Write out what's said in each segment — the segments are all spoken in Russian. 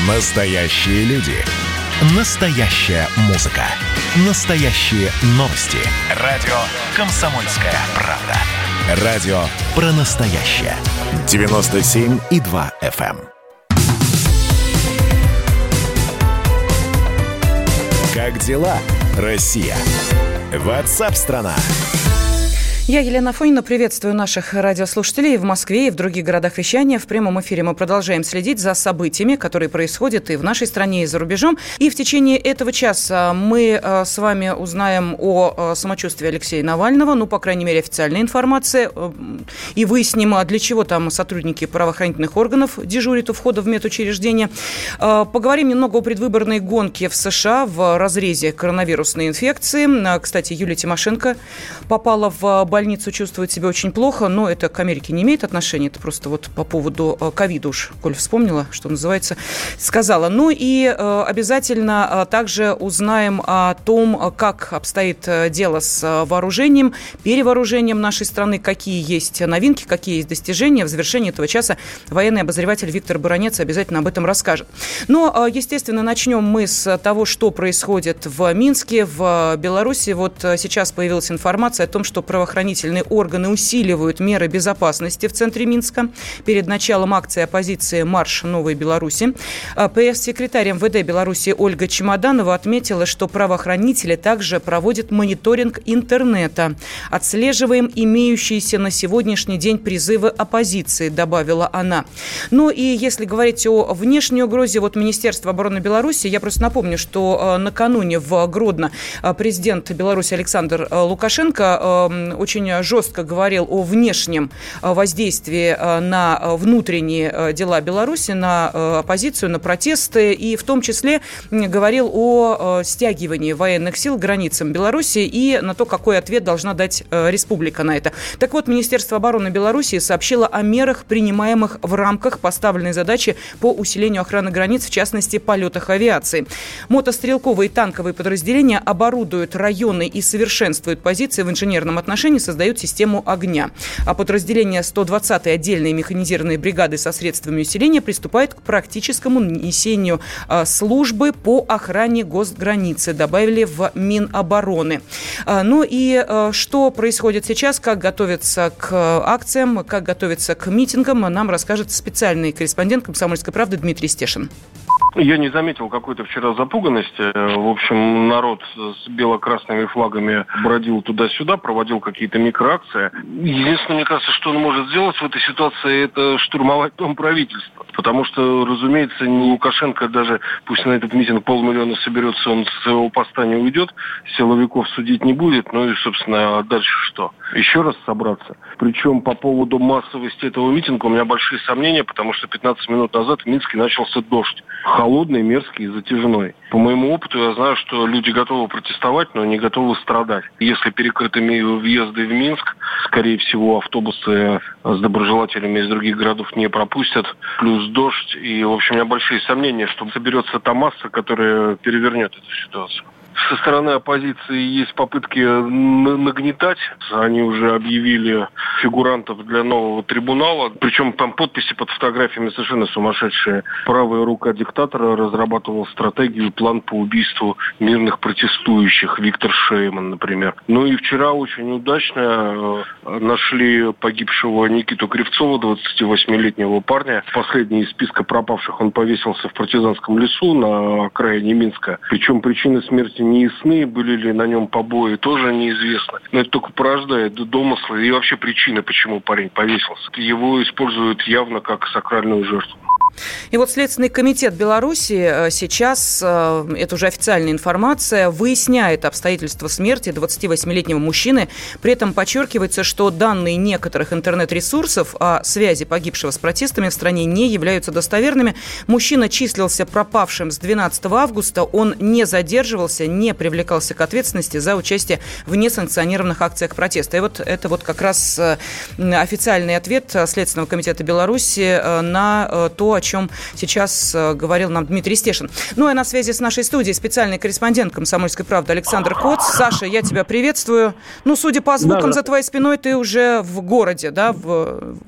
Настоящие люди. Настоящая музыка. Настоящие новости. Радио «Комсомольская правда». Радио про настоящее. 97,2 FM. Как дела, Россия? WhatsApp-страна. Я, Елена Афонина, приветствую наших радиослушателей в Москве и в других городах вещания. В прямом эфире мы продолжаем следить за событиями, которые происходят и в нашей стране, и за рубежом. И в течение этого часа мы с вами узнаем о самочувствии Алексея Навального, ну, по крайней мере, официальная информация, и выясним, для чего там сотрудники правоохранительных органов дежурят у входа в медучреждение. Поговорим немного о предвыборной гонке в США в разрезе коронавирусной инфекции. Кстати, Юлия Тимошенко попала в больницу, чувствует себя очень плохо, но это к Америке не имеет отношения, это просто вот по поводу ковида уж, коль вспомнила, что называется, сказала. Ну и обязательно также узнаем о том, как обстоит дело с вооружением, перевооружением нашей страны, какие есть новинки, какие есть достижения. В завершении этого часа военный обозреватель Виктор Баранец обязательно об этом расскажет. Но, естественно, начнем мы с того, что происходит в Минске, в Беларуси. Вот сейчас появилась информация о том, что правоохранительные органы усиливают меры безопасности в центре Минска перед началом акции оппозиции «Марш Новой Беларуси». Пресс-секретарь МВД Беларуси Ольга Чемоданова отметила, что правоохранители также проводят мониторинг интернета. «Отслеживаем имеющиеся на сегодняшний день призывы оппозиции», добавила она. Ну и если говорить о внешней угрозе, вот Министерство обороны Беларуси, я просто напомню, что накануне в Гродно президент Беларуси Александр Лукашенко очень жестко говорил о внешнем воздействии на внутренние дела Беларуси, на оппозицию, на протесты, и в том числе говорил о стягивании военных сил к границам Беларуси и на то, какой ответ должна дать республика на это. Так вот, Министерство обороны Беларуси сообщило о мерах, принимаемых в рамках поставленной задачи по усилению охраны границ, в частности, полетах авиации. Мотострелковые и танковые подразделения оборудуют районы и совершенствуют позиции в инженерном отношении, создают систему огня. А подразделение 120-й отдельной механизированной бригады со средствами усиления приступает к практическому несению службы по охране госграницы, добавили в Минобороны. Ну и что происходит сейчас, как готовиться к акциям, как готовиться к митингам, нам расскажет специальный корреспондент «Комсомольской правды» Дмитрий Стешин. Я не заметил какой-то вчера запуганности. В общем, народ с бело-красными флагами бродил туда-сюда, проводил какие-то микроакции. Единственное, мне кажется, что он может сделать в этой ситуации, это штурмовать дом правительства. Потому что, разумеется, Лукашенко даже, пусть на этот митинг 500 000 соберется, он с своего поста не уйдет, силовиков судить не будет, ну и, собственно, дальше что? Еще раз собраться. Причем по поводу массовости этого митинга у меня большие сомнения, потому что 15 минут назад в Минске начался дождь. Холодный, мерзкий и затяжной. По моему опыту я знаю, что люди готовы протестовать, но не готовы страдать. Если перекрытыми въезды в Минск, скорее всего, автобусы с доброжелателями из других городов не пропустят. Плюс дождь. И, в общем, у меня большие сомнения, что соберется та масса, которая перевернет эту ситуацию. Со стороны оппозиции есть попытки нагнетать. Они уже объявили фигурантов для нового трибунала. Причем там подписи под фотографиями совершенно сумасшедшие. Правая рука диктатора разрабатывала стратегию, план по убийству мирных протестующих. Виктор Шейман, например. Ну и вчера очень удачно нашли погибшего Никиту Кривцова, 28-летнего парня. Последний из списка пропавших, он повесился в партизанском лесу на окраине Минска. Причем причины смерти не ясны, были ли на нем побои, тоже неизвестно. Но это только порождает домыслы и вообще причины, почему парень повесился. Его используют явно как сакральную жертву. И вот Следственный комитет Беларуси сейчас, это уже официальная информация, выясняет обстоятельства смерти 28-летнего мужчины. При этом подчеркивается, что данные некоторых интернет-ресурсов о связи погибшего с протестами в стране не являются достоверными. Мужчина числился пропавшим с 12 августа. Он не задерживался, не привлекался к ответственности за участие в несанкционированных акциях протеста. И вот это вот как раз официальный ответ Следственного комитета Беларуси на то, о чем сейчас говорил нам Дмитрий Стешин. Ну, а на связи с нашей студией специальный корреспондент «Комсомольской правды» Александр Коц. Саша, я тебя приветствую. Ну, судя по звукам за твоей спиной, ты уже в городе, да,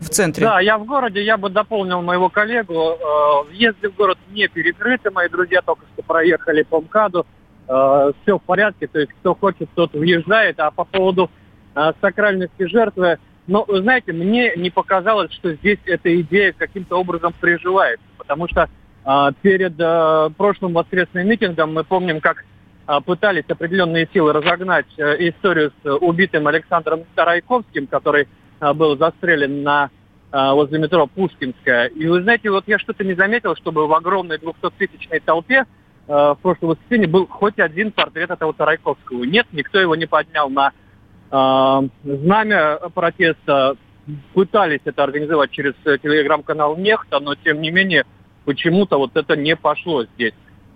в центре. Да, я в городе, я бы дополнил моего коллегу. Въезды в город не перекрыты, мои друзья только что проехали по МКАДу. Все в порядке, то есть кто хочет, тот въезжает. А по поводу сакральности жертвы, ну, вы знаете, мне не показалось, что здесь эта идея каким-то образом приживается. Потому что перед прошлым воскресным митингом мы помним, как пытались определенные силы разогнать историю с убитым Александром Тарайковским, который был застрелен возле метро Пушкинская. И вы знаете, вот я что-то не заметил, чтобы в огромной 200-тысячной толпе в прошлом воскресенье был хоть один портрет этого Тарайковского. Нет, никто его не поднял на знамя протеста. Пытались это организовать через телеграм-канал «Нехта», но тем не менее почему-то вот это не пошло здесь.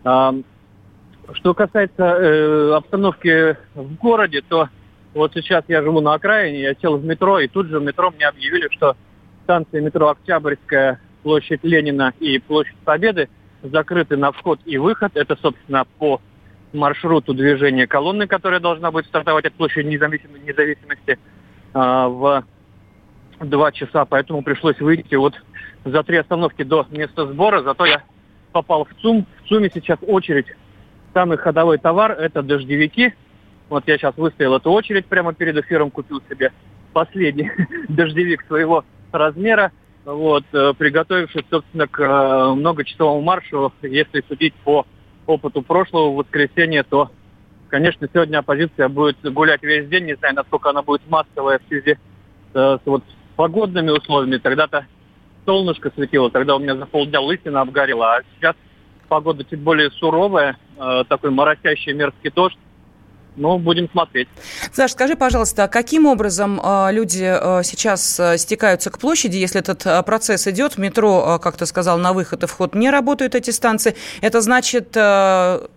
Что касается обстановки в городе, то вот сейчас я живу на окраине, я сел в метро, и тут же в метро мне объявили, что станции метро Октябрьская, площадь Ленина и площадь Победы закрыты на вход и выход. Это, собственно, по маршруту движения колонны, которая должна будет стартовать от площади Независимости в 2 часа. Поэтому пришлось выйти вот за 3 остановки до места сбора. Зато я попал в ЦУМ. В ЦУМе сейчас очередь. Самый ходовой товар – это дождевики. Вот я сейчас выстоял эту очередь прямо перед эфиром, купил себе последний дождевик своего размера. Вот, приготовившись, собственно, к многочасовому маршу. Если судить по опыту прошлого воскресенья, то, конечно, сегодня оппозиция будет гулять весь день. Не знаю, насколько она будет массовая в связи с погодными условиями. Тогда-то солнышко светило, тогда у меня за полдня лысина обгорела. А сейчас погода чуть более суровая, такой моросящий мерзкий дождь. Ну, будем смотреть. Саш, скажи, пожалуйста, каким образом люди сейчас стекаются к площади, если этот процесс идет? Метро, как ты сказал, на выход и вход не работают эти станции. Это значит на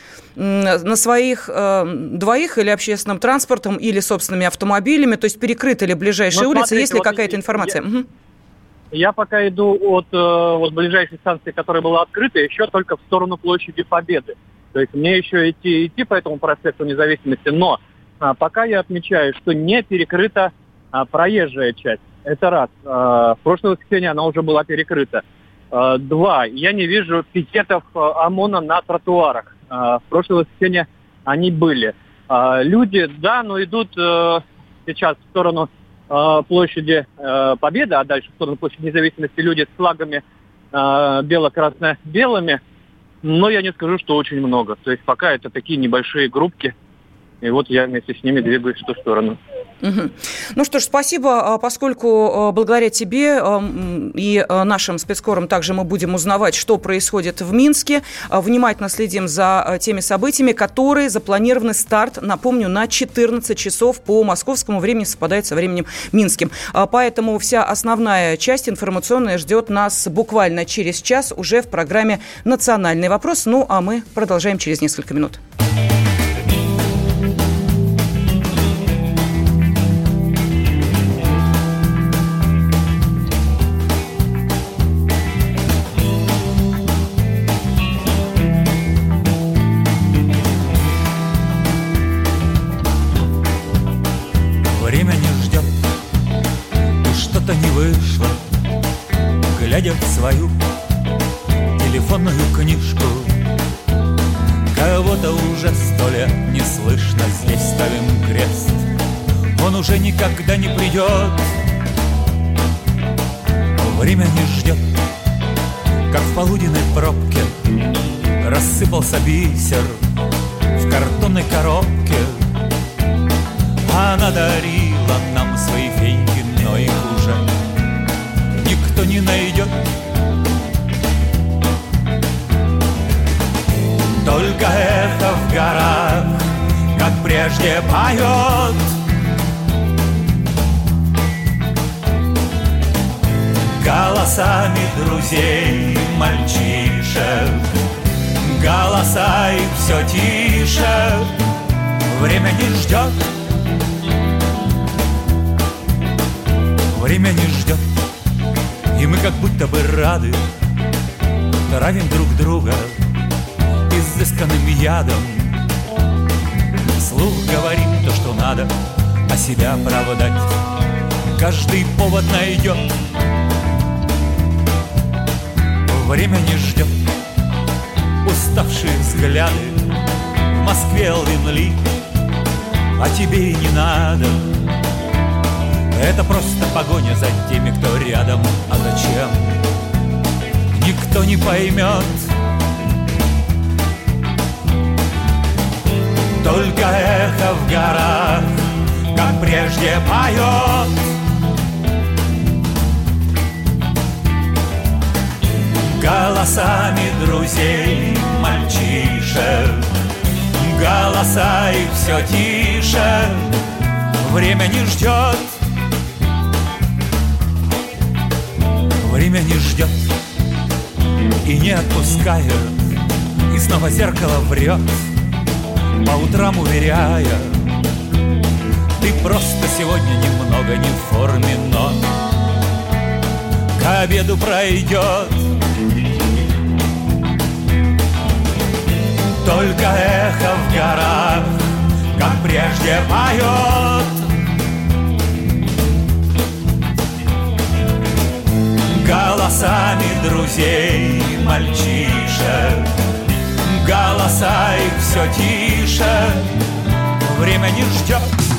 своих двоих или общественным транспортом, или собственными автомобилями? То есть перекрыты ли ближайшие улицы? Смотрите, есть ли какая-то информация? Я пока иду от ближайшей станции, которая была открыта, еще только в сторону площади Победы. То есть мне еще идти по этому проспекту Независимости. Но пока я отмечаю, что не перекрыта проезжая часть. Это раз. В прошлое воскресенье она уже была перекрыта. 2. Я не вижу пикетов ОМОНа на тротуарах. В прошлое воскресенье они были. Люди, да, но идут сейчас в сторону площади Победы, а дальше в сторону площади Независимости люди с флагами бело-красно-белыми. Но я не скажу, что очень много. То есть пока это такие небольшие группки. И вот я вместе с ними двигаюсь в ту сторону. Ну что ж, спасибо, поскольку благодаря тебе и нашим спецкорам также мы будем узнавать, что происходит в Минске. Внимательно следим за теми событиями, которые запланированы старт, напомню, на 14 часов по московскому времени, совпадает со временем минским. Поэтому вся основная часть информационная ждет нас буквально через час уже в программе «Национальный вопрос». Ну, а мы продолжаем через несколько минут. Глядя в свою телефонную книжку, кого-то уже 100 лет не слышно, здесь ставим крест. Он уже никогда не придет, время не ждет, как в полуденной пробке рассыпался бисер в картонной коробке. Она дарила нам свои феньки, но их уже никто не найдет. Только это в горах, как прежде, поет. Голосами друзей, мальчишек, голоса их все тише. Время не ждет, время не ждет. И мы как будто бы рады, травим друг друга изысканным ядом. Вслух говорим то, что надо, а себя оправдать каждый повод найдет. Время не ждет, уставшие взгляды в Москве лвинли, а тебе и не надо. Это просто погоня за теми, кто рядом, а зачем? Никто не поймет. Только эхо в горах, как прежде, поет. Голосами друзей, мальчишек, голоса их все тише. Время не ждет, время не ждет и не отпускает, и снова зеркало врет, по утрам уверяя: ты просто сегодня немного не в форме, но к обеду пройдет. Только эхо в горах, как прежде, поет. Голосами друзей, мальчишек, голоса их все тише. Время не ждет.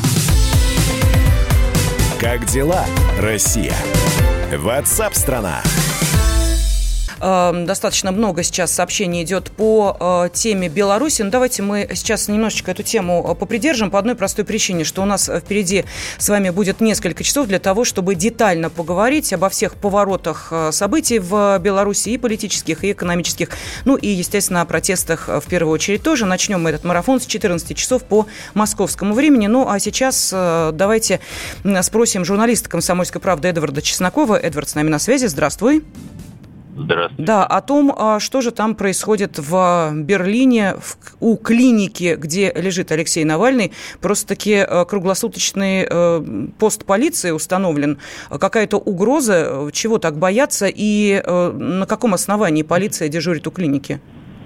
Как дела, Россия? WhatsApp-страна. Достаточно много сейчас сообщений идет по теме Беларуси. Но давайте мы сейчас немножечко эту тему попридержим по одной простой причине, что у нас впереди с вами будет несколько часов для того, чтобы детально поговорить обо всех поворотах событий в Беларуси, и политических, и экономических, ну и, естественно, о протестах в первую очередь тоже. Начнем мы этот марафон с 14 часов по московскому времени. Ну а сейчас давайте спросим журналиста «Комсомольской правды» Эдварда Чеснокова. Эдвард с нами на связи. Здравствуй. Здравствуйте. Да, о том, что же там происходит в Берлине, у клиники, где лежит Алексей Навальный. Просто-таки круглосуточный пост полиции установлен. Какая-то угроза, чего так бояться, и на каком основании полиция дежурит у клиники?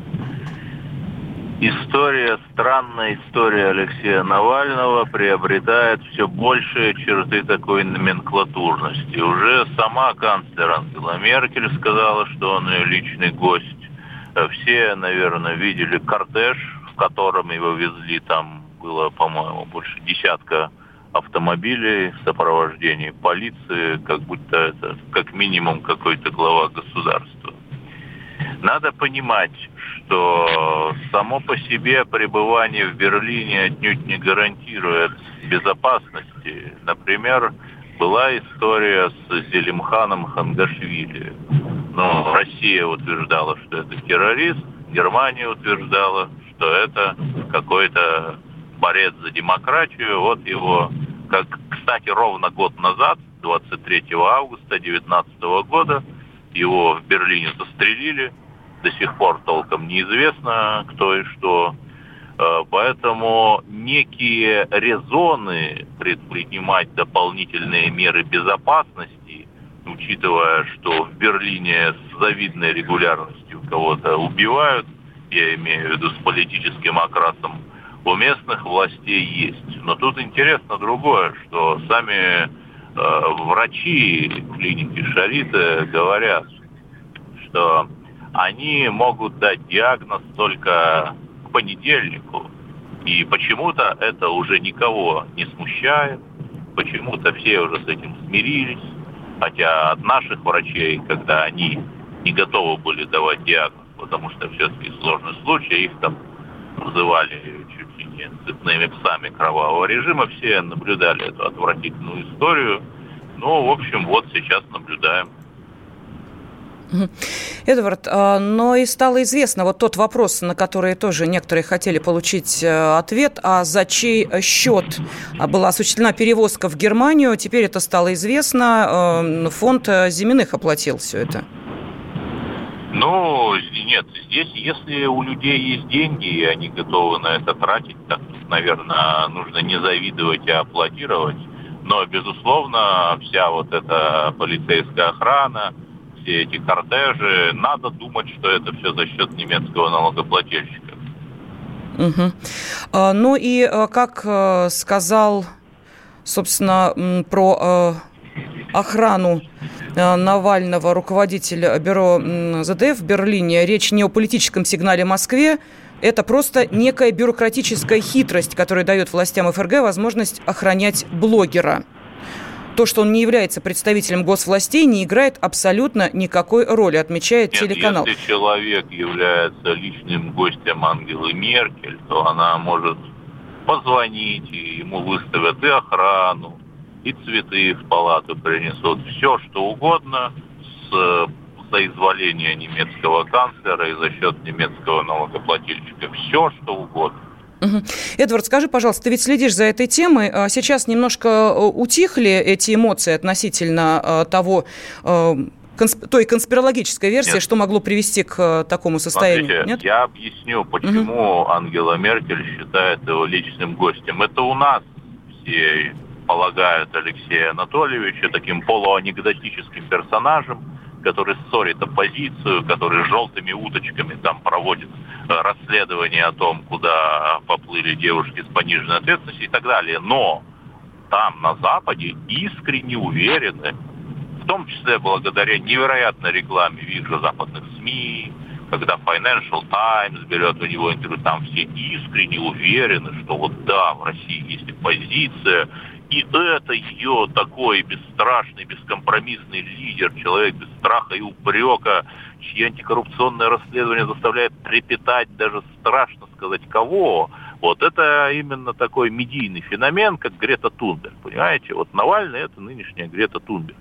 Странная история Алексея Навального приобретает все большие черты такой номенклатурности. Уже сама канцлер Ангела Меркель сказала, что он ее личный гость. Все, наверное, видели кортеж, в котором его везли. Там было, по-моему, больше десятка автомобилей в сопровождении полиции, как будто это как минимум какой-то глава государства. Надо понимать, что само по себе пребывание в Берлине отнюдь не гарантирует безопасности. Например, была история с Зелимханом Хангашвили. Россия утверждала, что это террорист, Германия утверждала, что это какой-то борец за демократию. Вот его, кстати, ровно год назад, 23 августа 2019 года, его в Берлине застрелили. До сих пор толком неизвестно, кто и что. Поэтому некие резоны предпринимать дополнительные меры безопасности, учитывая, что в Берлине с завидной регулярностью кого-то убивают, я имею в виду с политическим окрасом, у местных властей есть. Но тут интересно другое, что сами врачи клиники Шарита говорят, что они могут дать диагноз только к понедельнику. И почему-то это уже никого не смущает. Почему-то все уже с этим смирились. Хотя от наших врачей, когда они не готовы были давать диагноз, потому что все-таки сложный случай, их там называли чуть ли не цепными псами кровавого режима, все наблюдали эту отвратительную историю. В общем, вот сейчас наблюдаем. Эдвард, но и стало известно вот тот вопрос, на который тоже некоторые хотели получить ответ, а за чей счет была осуществлена перевозка в Германию. Теперь это стало известно. Фонд Зиминых оплатил все это. Нет, здесь, если у людей есть деньги, и они готовы на это тратить, так, наверное, нужно не завидовать, а аплодировать. Но, безусловно, вся вот эта полицейская охрана, все эти кортежи, надо думать, что это все за счет немецкого налогоплательщика. Ну и как сказал, собственно, про охрану Навального, руководитель бюро ЗДФ в Берлине, речь не о политическом сигнале Москве, это просто некая бюрократическая хитрость, которая дает властям ФРГ возможность охранять блогера. То, что он не является представителем госвластей, не играет абсолютно никакой роли, отмечает телеканал. Если человек является личным гостем Ангелы Меркель, то она может позвонить, и ему выставят и охрану, и цветы в палату принесут, все что угодно с соизволения немецкого канцлера и за счет немецкого налогоплательщика. Все что угодно. Эдвард, скажи, пожалуйста, ты ведь следишь за этой темой. Сейчас немножко утихли эти эмоции относительно той конспирологической версии, что могло привести к такому состоянию? Смотрите, нет? Я объясню, почему Ангела Меркель считает его личным гостем. Это у нас все полагают Алексея Анатольевича таким полуанекдотическим персонажем, который ссорит оппозицию, который желтыми уточками там проводит расследование о том, куда поплыли девушки с пониженной ответственностью и так далее. Но там, на Западе, искренне уверены, в том числе благодаря невероятной рекламе в их же западных СМИ, когда Financial Times берет у него интервью, там все искренне уверены, что вот да, в России есть оппозиция, и это ее такой бесстрашный, бескомпромиссный лидер, человек без страха и упрека, чьи антикоррупционное расследование заставляет трепетать, даже страшно сказать кого. Вот это именно такой медийный феномен, как Грета Тунберг, понимаете? Вот Навальный – это нынешняя Грета Тунберг.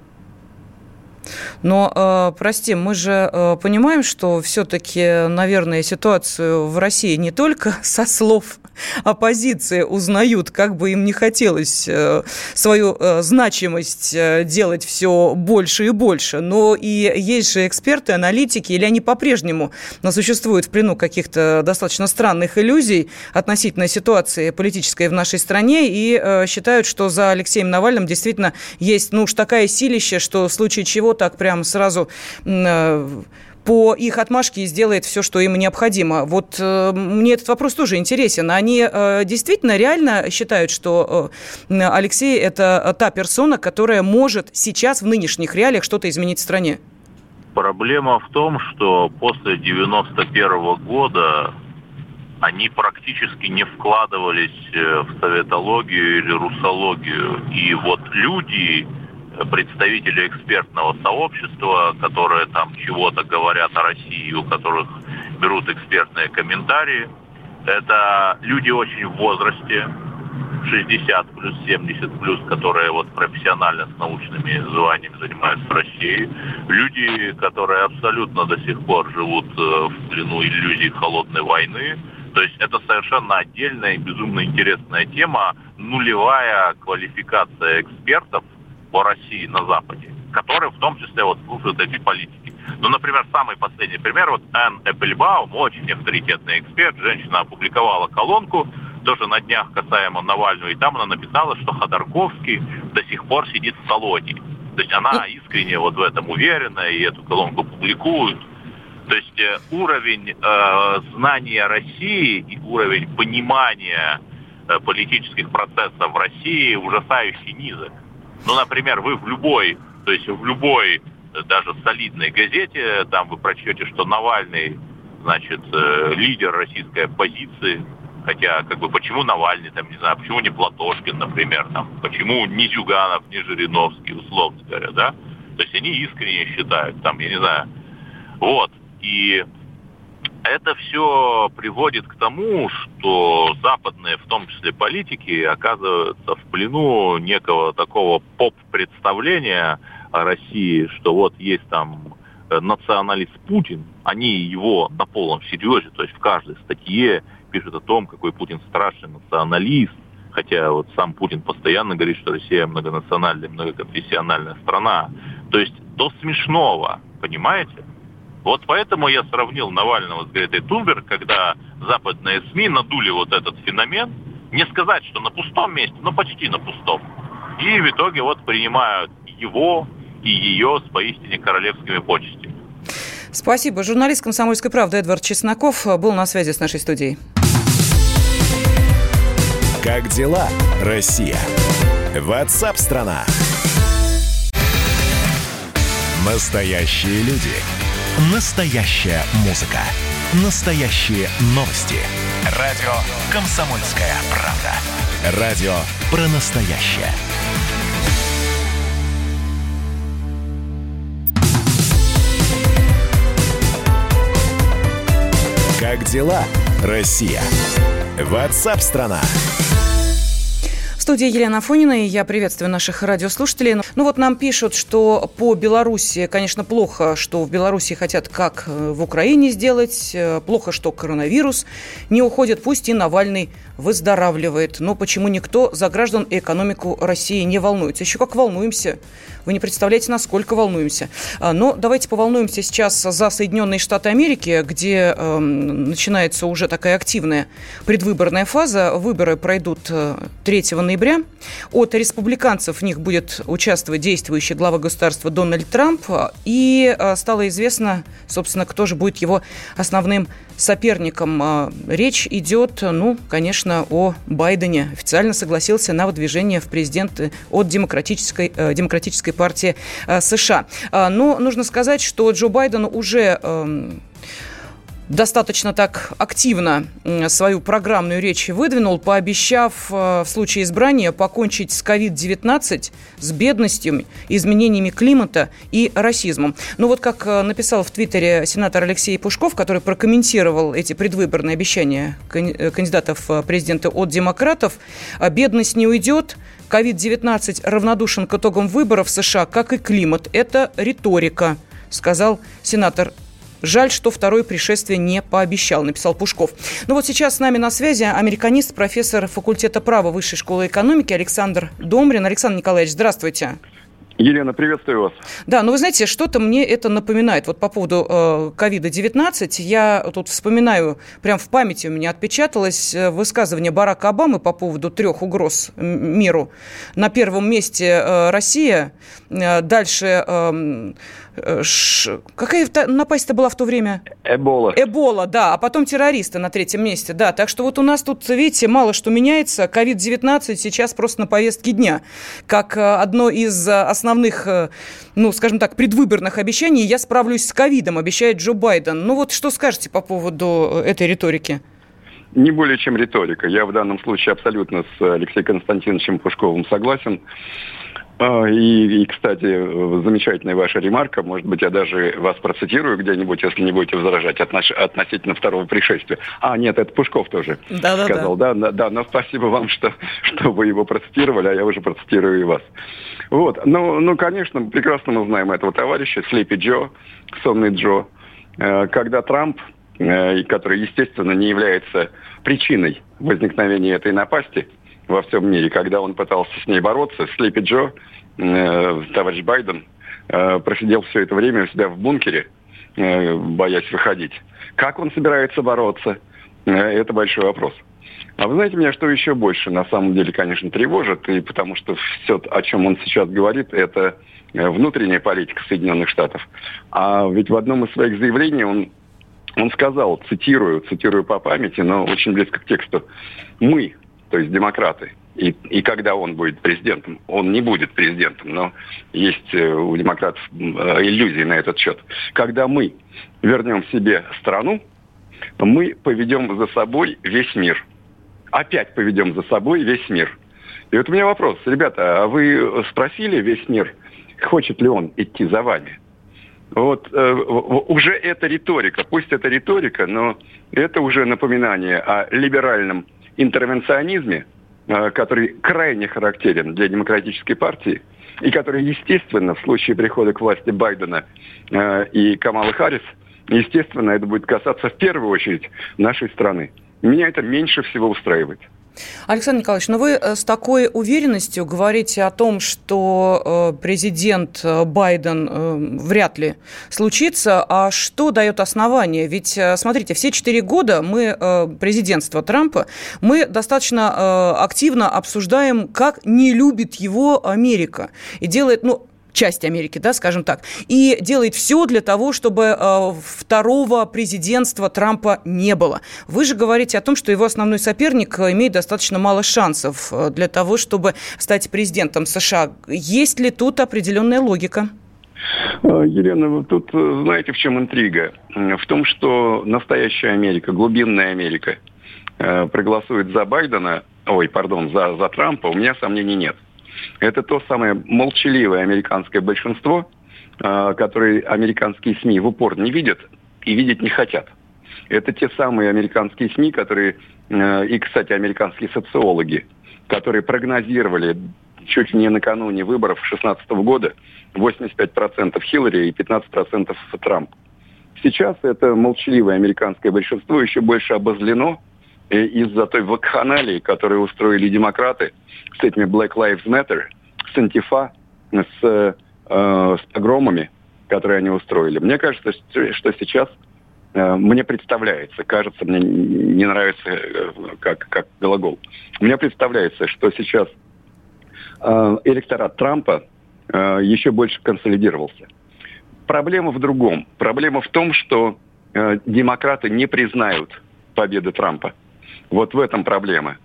Но, прости, мы же понимаем, что все-таки, наверное, ситуацию в России не только со слов оппозиции узнают, как бы им не хотелось свою значимость делать все больше и больше, но и есть же эксперты, аналитики, или они по-прежнему существуют в плену каких-то достаточно странных иллюзий относительно ситуации политической в нашей стране и считают, что за Алексеем Навальным действительно есть, уж такая силища, что в случае чего так прям сразу по их отмашке сделает все, что им необходимо. Вот мне этот вопрос тоже интересен. Они действительно реально считают, что Алексей – это та персона, которая может сейчас в нынешних реалиях что-то изменить в стране? Проблема в том, что после 91 года они практически не вкладывались в советологию или русологию. И вот люди, представители экспертного сообщества, которые там чего-то говорят о России, у которых берут экспертные комментарии, это люди очень в возрасте, 60 плюс, 70 плюс, которые вот профессионально с научными званиями занимаются в России, люди, которые абсолютно до сих пор живут в плену иллюзий холодной войны. То есть это совершенно отдельная и безумно интересная тема, нулевая квалификация экспертов по России на Западе, которые в том числе вот слушают эти политики. Ну, например, самый последний пример, вот Энн Эппельбаум, очень авторитетный эксперт, женщина опубликовала колонку, тоже на днях касаемо Навального, и там она написала, что Ходорковский до сих пор сидит в колонии. То есть она искренне вот в этом уверена, и эту колонку публикуют. То есть уровень знания России и уровень понимания политических процессов в России ужасающе низок. Ну, например, вы в любой, даже солидной газете, там вы прочтете, что Навальный, значит, лидер российской оппозиции, хотя, почему Навальный, там, не знаю, почему не Платошкин, например, там, почему не Зюганов, не Жириновский, условно говоря, да? То есть они искренне считают, там, я не знаю, вот, и это все приводит к тому, что западные, в том числе политики, оказываются в плену некого такого поп-представления о России, что вот есть там националист Путин, они его на полном серьезе, то есть в каждой статье пишут о том, какой Путин страшный националист, хотя вот сам Путин постоянно говорит, что Россия многонациональная, многоконфессиональная страна. То есть до смешного, понимаете? Вот поэтому я сравнил Навального с Гретой Тунберг, когда западные СМИ надули вот этот феномен, не сказать, что на пустом месте, но почти на пустом. И в итоге вот принимают его и ее с поистине королевскими почестями. Спасибо. Журналист «Комсомольской правды» Эдвард Чесноков был на связи с нашей студией. Как дела, Россия? WhatsApp-страна. Настоящие люди. Настоящая музыка. Настоящие новости. Радио «Комсомольская правда». Радио про настоящее. Как дела, Россия? WhatsApp-страна. В студии Елена Афонина, и я приветствую наших радиослушателей. Ну вот нам пишут, что по Беларуси, конечно, плохо, что в Беларуси хотят как в Украине сделать, плохо, что коронавирус не уходит, пусть и Навальный выздоравливает. Но почему никто за граждан и экономику России не волнуется? Еще как волнуемся. Вы не представляете, насколько волнуемся. Но давайте поволнуемся сейчас за Соединенные Штаты Америки, где начинается уже такая активная предвыборная фаза. Выборы пройдут 3 ноября. От республиканцев в них будет участвовать действующий глава государства Дональд Трамп. И стало известно, собственно, кто же будет его основным соперником. Речь идет, конечно, о Байдене. Официально согласился на выдвижение в президенты от Демократической партии США. Но нужно сказать, что Джо Байден уже достаточно так активно свою программную речь выдвинул, пообещав в случае избрания покончить с COVID-19, с бедностью, изменениями климата и расизмом. Ну вот как написал в Твиттере сенатор Алексей Пушков, который прокомментировал эти предвыборные обещания кандидатов в президенты от демократов, бедность не уйдет, COVID-19 равнодушен к итогам выборов в США, как и климат. Это риторика, сказал сенатор. Жаль, что второе пришествие не пообещал, написал Пушков. Ну вот сейчас с нами на связи американист, профессор факультета права Высшей школы экономики Александр Домрин. Александр Николаевич, здравствуйте. Елена, приветствую вас. Да, вы знаете, что-то мне это напоминает. Вот по поводу COVID-19 я тут вспоминаю, прям в памяти у меня отпечаталось высказывание Барака Обамы по поводу 3 угроз миру. На первом месте Россия, дальше... Какая напасть-то была в то время? Эбола, да, а потом террористы на 3-м месте, да. Так что вот у нас тут, видите, мало что меняется. COVID-19 сейчас просто на повестке дня. Как одно из основных, скажем так, предвыборных обещаний: я справлюсь с ковидом, обещает Джо Байден. Ну вот что скажете по поводу этой риторики? Не более чем риторика. Я в данном случае абсолютно с Алексеем Константиновичем Пушковым согласен. И, кстати, замечательная ваша ремарка. Может быть, я даже вас процитирую где-нибудь, если не будете возражать, относительно второго пришествия. Нет, это Пушков тоже сказал. Да, но спасибо вам, что вы его процитировали, а я уже процитирую и вас. Вот. Конечно, прекрасно мы знаем этого товарища, Sleepy Joe, сонный Джо. Когда Трамп, который, естественно, не является причиной возникновения этой напасти во всем мире, когда он пытался с ней бороться, Sleepy Joe, товарищ Байден, просидел все это время у себя в бункере, боясь выходить. Как он собирается бороться? Это большой вопрос. А вы знаете, меня что еще больше на самом деле, конечно, тревожит, и потому что все, о чем он сейчас говорит, это внутренняя политика Соединенных Штатов. А ведь в одном из своих заявлений он сказал, цитирую по памяти, но очень близко к тексту: мы, то есть демократы, и когда он будет президентом, он не будет президентом, но есть у демократов иллюзии на этот счет. Когда мы вернем себе страну, мы поведем за собой весь мир. Опять поведем за собой весь мир. И вот у меня вопрос: ребята, а вы спросили весь мир, хочет ли он идти за вами? Вот уже это риторика, пусть это риторика, но это уже напоминание о либеральном интервенционизме, который крайне характерен для демократической партии, и который, естественно, в случае прихода к власти Байдена и Камалы Харрис, естественно, это будет касаться в первую очередь нашей страны. Меня это меньше всего устраивает. Александр Николаевич, вы с такой уверенностью говорите о том, что президент Байден вряд ли случится. А что дает основание? Ведь, смотрите, все 4 года президентства Трампа, мы достаточно активно обсуждаем, как не любит его Америка. И делает, часть Америки, да, скажем так, и делает все для того, чтобы второго президентства Трампа не было. Вы же говорите о том, что его основной соперник имеет достаточно мало шансов для того, чтобы стать президентом США. Есть ли тут определенная логика? Елена, тут знаете, в чем интрига? В том, что настоящая Америка, глубинная Америка, проголосует за за Трампа, у меня сомнений нет. Это то самое молчаливое американское большинство, которое американские СМИ в упор не видят и видеть не хотят. Это те самые американские СМИ, которые, и, кстати, американские социологи, которые прогнозировали чуть ли не накануне выборов 2016 года 85% Хиллари и 15% Трамп. Сейчас это молчаливое американское большинство еще больше обозлено из-за той вакханалии, которую устроили демократы с этими Black Lives Matter, с Антифа, с погромами, которые они устроили. Мне кажется, что сейчас мне кажется, мне не нравится как глагол. Мне представляется, что сейчас электорат Трампа еще больше консолидировался. Проблема в другом. Проблема в том, что демократы не признают победы Трампа. Вот в этом проблема.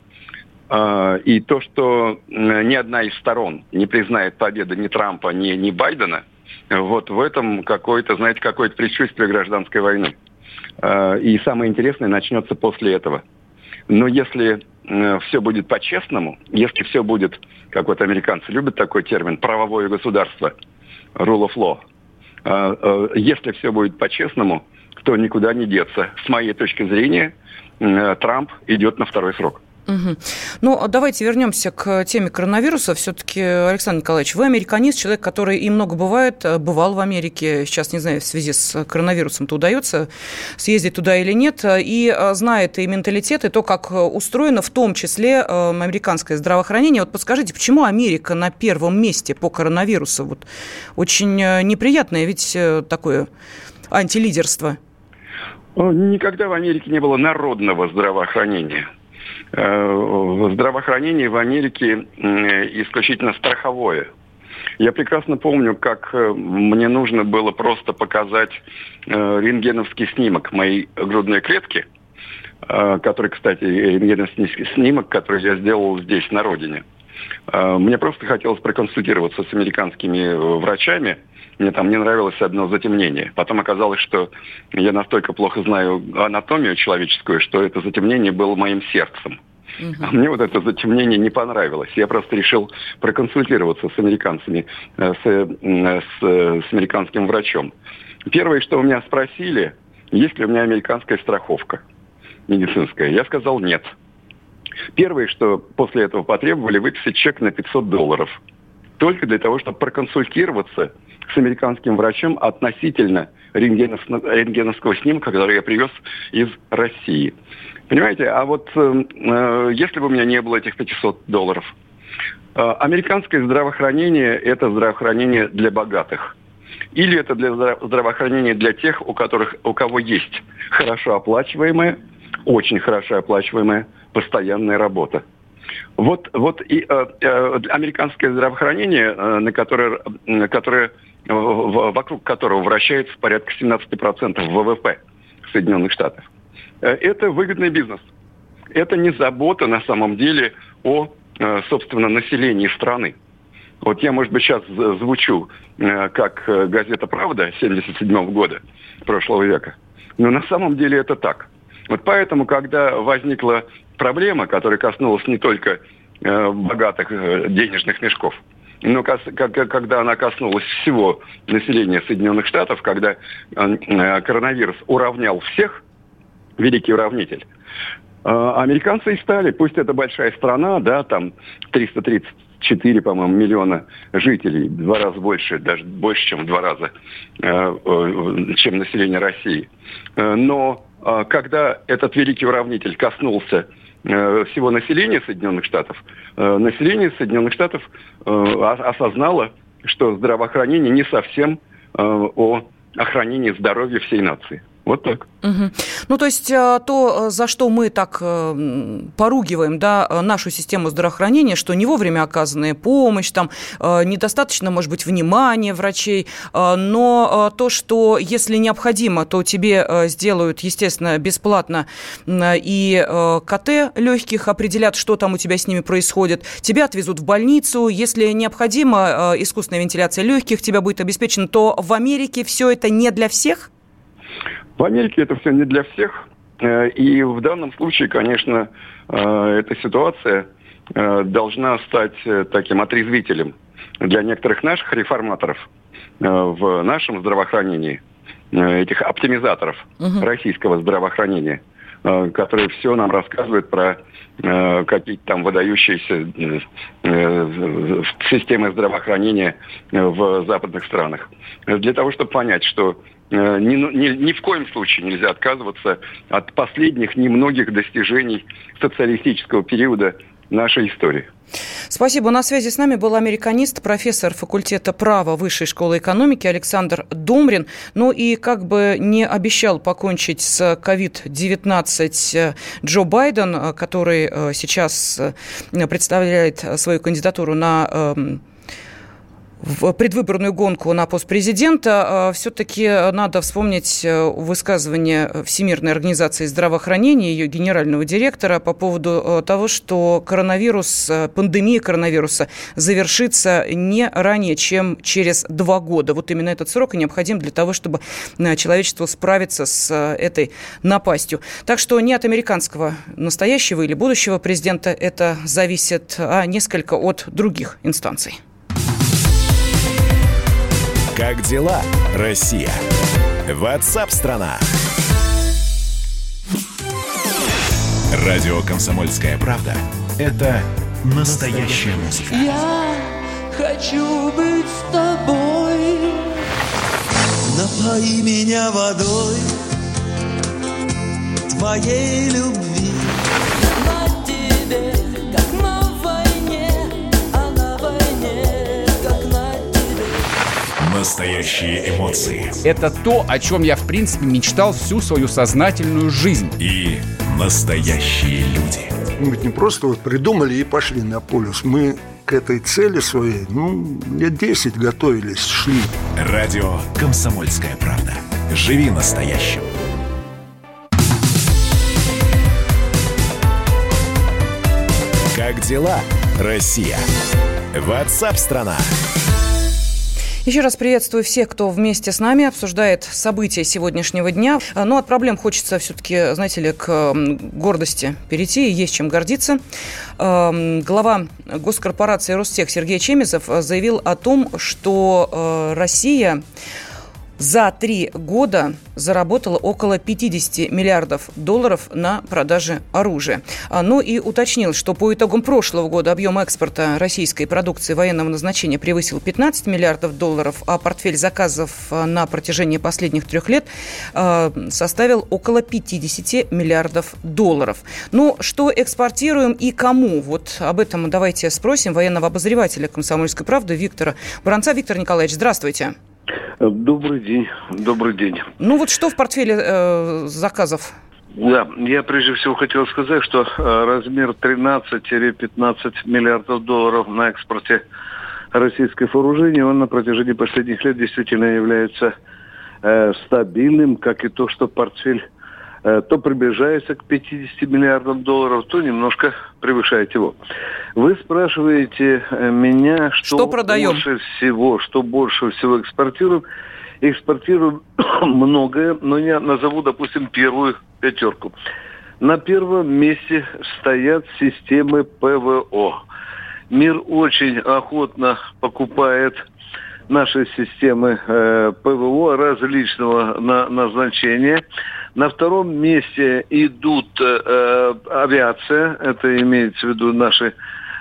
И то, что ни одна из сторон не признает победы ни Трампа, ни Байдена, вот в этом какое-то предчувствие гражданской войны. И самое интересное начнется после этого. Но если все будет по-честному, если все будет, как вот американцы любят такой термин, правовое государство, rule of law, если все будет по-честному, то никуда не деться. С моей точки зрения, Трамп идет на второй срок. Угу. Ну, давайте вернемся к теме коронавируса. Все-таки, Александр Николаевич, вы американист, человек, который и много бывал в Америке. Сейчас, не знаю, в связи с коронавирусом-то удается съездить туда или нет. И знает и менталитет, и то, как устроено, в том числе американское здравоохранение. Вот подскажите, почему Америка на первом месте по коронавирусу? Вот очень неприятное ведь такое антилидерство. Никогда в Америке не было народного здравоохранения. Здравоохранение в Америке исключительно страховое. Я прекрасно помню, как мне нужно было просто показать рентгеновский снимок моей грудной клетки, который, кстати, рентгеновский снимок, который я сделал здесь, на родине. Мне просто хотелось проконсультироваться с американскими врачами. Мне там не нравилось одно затемнение. Потом оказалось, что я настолько плохо знаю анатомию человеческую, что это затемнение было моим сердцем. А мне вот это затемнение не понравилось. Я просто решил проконсультироваться с американцами, с американским врачом. Первое, что у меня спросили, есть ли у меня американская страховка медицинская. Я сказал нет. Первое, что после этого потребовали, выписать чек на $500. Только для того, чтобы проконсультироваться с американским врачом относительно рентгеновского снимка, который я привез из России. Понимаете, а вот если бы у меня не было этих $500, американское здравоохранение – это здравоохранение для богатых. Или это для здравоохранения для тех, у кого есть хорошо оплачиваемая, очень хорошо оплачиваемая постоянная работа. Вот и американское здравоохранение, вокруг которого вращается порядка 17% ВВП Соединенных Штатов, это выгодный бизнес. Это не забота на самом деле о, собственно, населении страны. Вот я, может быть, сейчас звучу как газета «Правда» 1977 года прошлого века, но на самом деле это так. Вот поэтому, когда возникла проблема, которая коснулась не только богатых денежных мешков, но когда она коснулась всего населения Соединенных Штатов, когда коронавирус уравнял всех, великий уравнитель, американцы и стали, пусть это большая страна, да, там 334, по-моему, миллиона жителей, в 2 раза больше, даже больше, чем в 2 раза, чем население России. Но когда этот великий уравнитель коснулся всего населения Соединенных Штатов, население Соединенных Штатов осознало, что здравоохранение не совсем о охранении здоровья всей нации. Вот так. Угу. Ну, то есть то, за что мы так поругиваем, да, нашу систему здравоохранения, что не вовремя оказанная помощь, там, недостаточно, может быть, внимания врачей, но то, что если необходимо, то тебе сделают, естественно, бесплатно и КТ легких, определят, что там у тебя с ними происходит, тебя отвезут в больницу, если необходимо искусственная вентиляция легких, тебя будет обеспечена, то в Америке все это не для всех? В Америке это все не для всех. И в данном случае, конечно, эта ситуация должна стать таким отрезвителем для некоторых наших реформаторов в нашем здравоохранении, этих оптимизаторов российского здравоохранения, которые все нам рассказывают про какие-то там выдающиеся системы здравоохранения в западных странах. Для того, чтобы понять, что ни в коем случае нельзя отказываться от последних немногих достижений социалистического периода нашей истории. Спасибо. На связи с нами был американист, профессор факультета права Высшей школы экономики Александр Домрин. Ну и как бы не обещал покончить с COVID-19 Джо Байден, который сейчас представляет свою кандидатуру на в предвыборную гонку на пост президента, все-таки надо вспомнить высказывание Всемирной организации здравоохранения, ее генерального директора по поводу того, что пандемия коронавируса завершится не ранее, чем через 2 года. Вот именно этот срок и необходим для того, чтобы человечество справиться с этой напастью. Так что не от американского настоящего или будущего президента это зависит, а несколько от других инстанций. Как дела, Россия? WhatsApp-страна. Радио «Комсомольская правда» – это настоящая музыка. Я хочу быть с тобой. Напои меня водой твоей любви. На тебе, как на войне, а на войне, как на тебе. Настоящие эмоции. Это то, о чем я, в принципе, мечтал всю свою сознательную жизнь. И настоящие люди. Мы ведь не просто вот придумали и пошли на полюс. Мы к этой цели своей, лет 10 готовились, шли. Радио «Комсомольская правда». Живи настоящим. Как дела, Россия? WhatsApp-страна. Еще раз приветствую всех, кто вместе с нами обсуждает события сегодняшнего дня. Но от проблем хочется все-таки, знаете ли, к гордости перейти, и есть чем гордиться. Глава госкорпорации Ростех Сергей Чемезов заявил о том, что Россия за 3 года заработала около $50 миллиардов на продаже оружия. Ну и уточнил, что по итогам прошлого года объем экспорта российской продукции военного назначения превысил $15 миллиардов, а портфель заказов на протяжении последних 3 лет составил около $50 миллиардов. Ну, что экспортируем и кому? Вот об этом давайте спросим военного обозревателя «Комсомольской правды» Виктора Баранца. Виктор Николаевич, здравствуйте. Добрый день. Добрый день. Ну вот что в портфеле заказов? Да, я прежде всего хотел сказать, что размер 13-15 миллиардов долларов на экспорте российского вооружения, он на протяжении последних лет действительно является стабильным, как и то, что портфель то приближается к 50 миллиардам долларов, то немножко превышает его. Вы спрашиваете меня, что больше всего экспортируем. Экспортируем многое, но я назову, допустим, первую 5. На первом месте стоят системы ПВО. Мир очень охотно покупает наши системы ПВО различного назначения. На 2-м месте идут авиация, это имеется в виду наши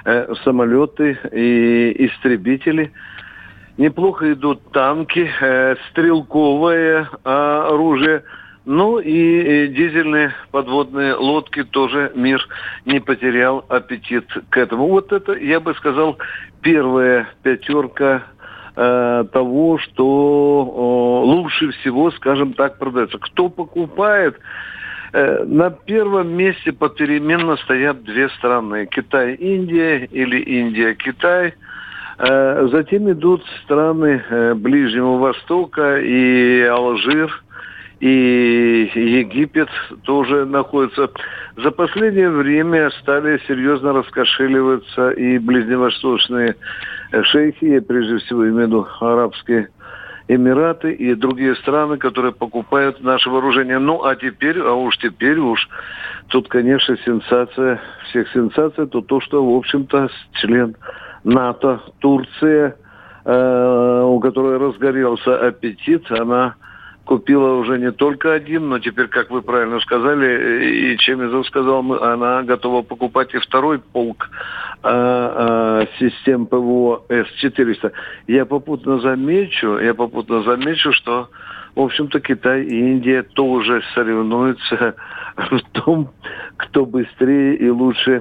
самолеты и истребители. Неплохо идут танки, стрелковое оружие, ну и дизельные подводные лодки тоже мир не потерял аппетит к этому. Вот это, я бы сказал, первая 5 того, что лучше всего, скажем так, продается. Кто покупает? На первом месте попеременно стоят две страны. Китай-Индия или Индия-Китай. Затем идут страны Ближнего Востока, и Алжир, и Египет тоже находятся. За последнее время стали серьезно раскошеливаться и ближневосточные шейхи, я прежде всего имею в виду Арабские Эмираты и другие страны, которые покупают наше вооружение. Ну, а теперь уж, тут, конечно, сенсация всех сенсаций, то, что, в общем-то, член НАТО, Турция, у которой разгорелся аппетит, она купила уже не только один, но теперь, как вы правильно сказали, и Чемизов сказал, она готова покупать и второй полк систем ПВО С-400. Я попутно замечу, что, в общем-то, Китай и Индия тоже соревнуются в том, кто быстрее и лучше,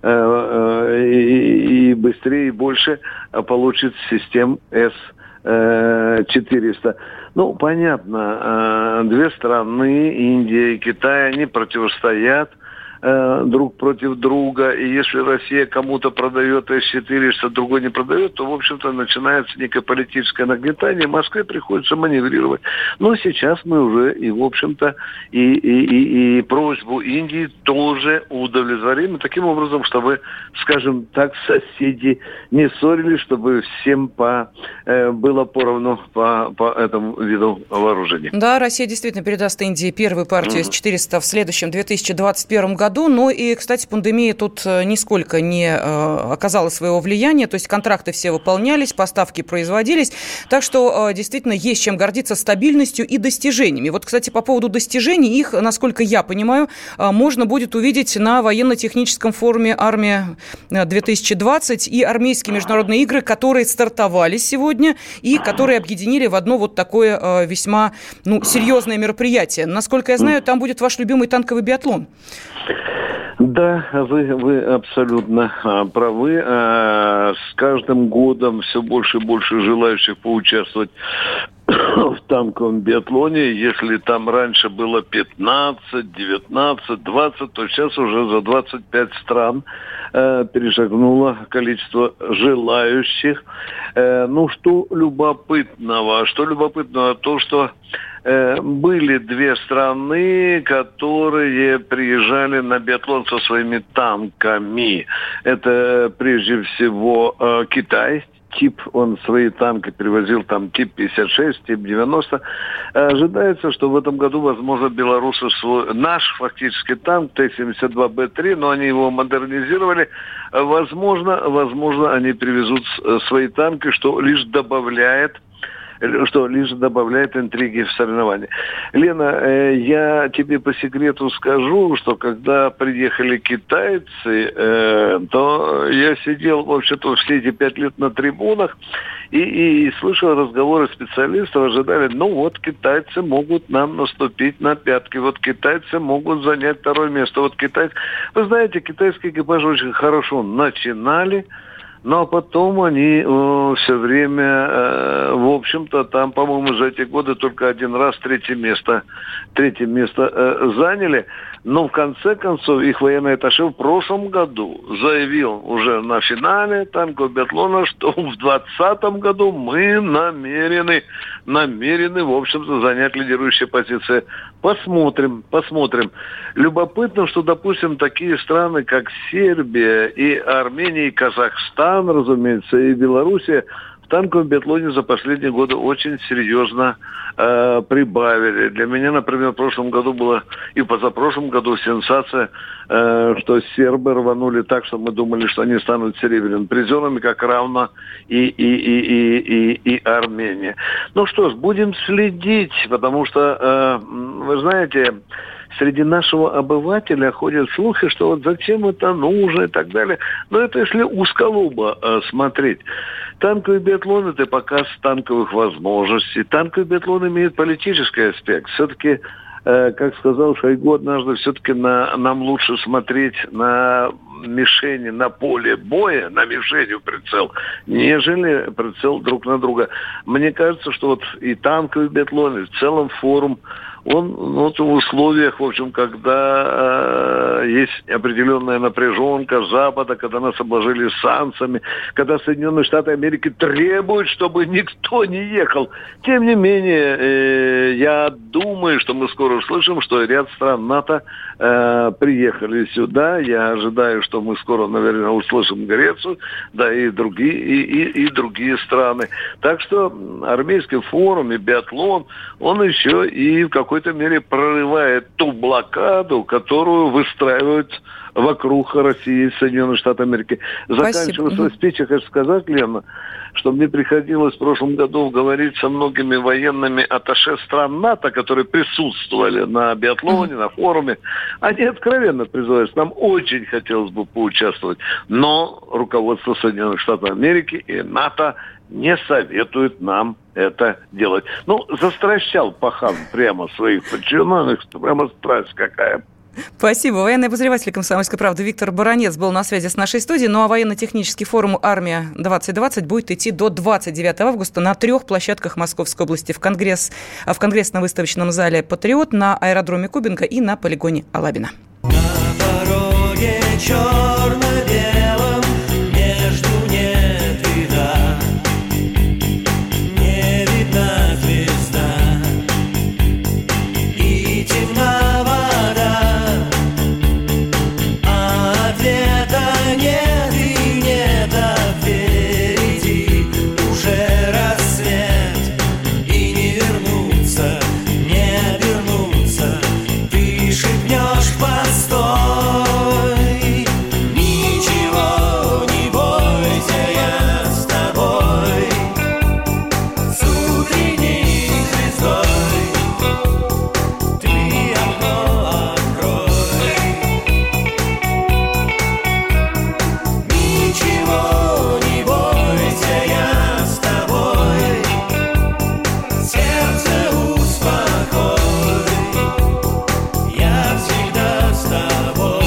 и быстрее и больше получит систем С-400. Ну, понятно, две страны, Индия и Китай, они противостоят друг против друга, и если Россия кому-то продает С-400, другой не продает, то, в общем-то, начинается некое политическое нагнетание, Москве приходится маневрировать. Но сейчас мы уже, и, в общем-то, и просьбу Индии тоже удовлетворим, таким образом, чтобы, скажем так, соседи не ссорились, чтобы всем было поровну по этому виду вооружения. Да, Россия действительно передаст Индии первую партию С-400 в следующем 2021 году. Ну и, кстати, пандемия тут нисколько не оказала своего влияния, то есть контракты все выполнялись, поставки производились, так что действительно есть чем гордиться стабильностью и достижениями. Вот, кстати, по поводу достижений, их, насколько я понимаю, можно будет увидеть на военно-техническом форуме «Армия-2020» и армейские международные игры, которые стартовали сегодня и которые объединили в одно вот такое весьма серьезное мероприятие. Насколько я знаю, там будет ваш любимый танковый биатлон. Да, вы абсолютно правы. С каждым годом все больше и больше желающих поучаствовать в танковом биатлоне. Если там раньше было 15, 19, 20, то сейчас уже за 25 стран перешагнуло количество желающих. Что любопытного? То, что были две страны, которые приезжали на биатлон со своими танками. Это прежде всего Китай. Он свои танки привозил, там тип 56, тип 90. Ожидается, что в этом году, возможно, белорусы наш фактически танк Т-72Б3, но они его модернизировали. Возможно, они привезут свои танки, что лишь добавляет интриги в соревновании. Лена, я тебе по секрету скажу, что когда приехали китайцы, то я сидел, вообще-то, все эти 5 лет на трибунах и слышал разговоры специалистов, ожидали, китайцы могут нам наступить на пятки, китайцы могут занять второе место. Вы знаете, китайские экипажи очень хорошо начинали, но потом они все время, в общем-то, там, по-моему, за эти годы только один раз третье место заняли. Но в конце концов их военный атташе в прошлом году заявил уже на финале танкового биатлона, что в 2020 году мы намерены, в общем-то, занять лидирующие позиции. Посмотрим. Любопытно, что, допустим, такие страны, как Сербия и Армения, и Казахстан, разумеется, и Белоруссия, в танковом биатлоне за последние годы очень серьезно прибавили. Для меня, например, в прошлом году было и позапрошлом году сенсация, что сербы рванули так, что мы думали, что они станут серебряными призерами, как равно и Армения. Ну что ж, будем следить, потому что, вы знаете, среди нашего обывателя ходят слухи, что зачем это нужно и так далее. Но это если узколобо смотреть. Танковый биатлон – это показ танковых возможностей. Танковый биатлон имеет политический аспект. Все-таки как сказал Шойгу однажды, все-таки нам лучше смотреть на мишени, на поле боя, на мишени в прицел, нежели прицел друг на друга. Мне кажется, что вот и танковый биатлон, и в целом форум, он в условиях, в общем, когда есть определенная напряженка Запада, когда нас обложили санкциями, когда Соединенные Штаты Америки требуют, чтобы никто не ехал. Тем не менее, я думаю, что мы скоро услышим, что ряд стран НАТО приехали сюда. Я ожидаю, что мы скоро, наверное, услышим Грецию, да и другие страны. Так что армейский форум и биатлон, он еще и в какой-то мере прорывает ту блокаду, которую выстраивают вокруг России и Соединенных Штатов Америки. Заканчивая свой спич, я хочу сказать, Лена, что мне приходилось в прошлом году говорить со многими военными атташе стран НАТО, которые присутствовали на биатлоне, на форуме. Они откровенно признаются, нам очень хотелось бы поучаствовать, но руководство Соединенных Штатов Америки и НАТО не советуют нам это делать. Застращал пахан прямо своих подчиненных, прямо страсть какая. Спасибо. Военный обозреватель «Комсомольской правды» Виктор Баранец был на связи с нашей студией. Ну а военно-технический форум «Армия-2020» будет идти до 29 августа на 3 площадках Московской области. В Конгрессно-выставочном зале «Патриот», на аэродроме Кубинка и на полигоне Алабино. На дороге черно-белом между нет вида, не видна звезда и темна вода. Нет и нет, а впереди уже рассвет, и не вернуться, не обернуться, ты шепнешь постой. Ничего не бойся, я с тобой, с утренней звездой, ты окно открой. Ничего не бойся, я с тобой, сердце успокой, я всегда с тобой.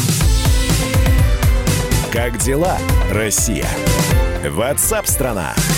Как дела, Россия? WhatsApp-страна.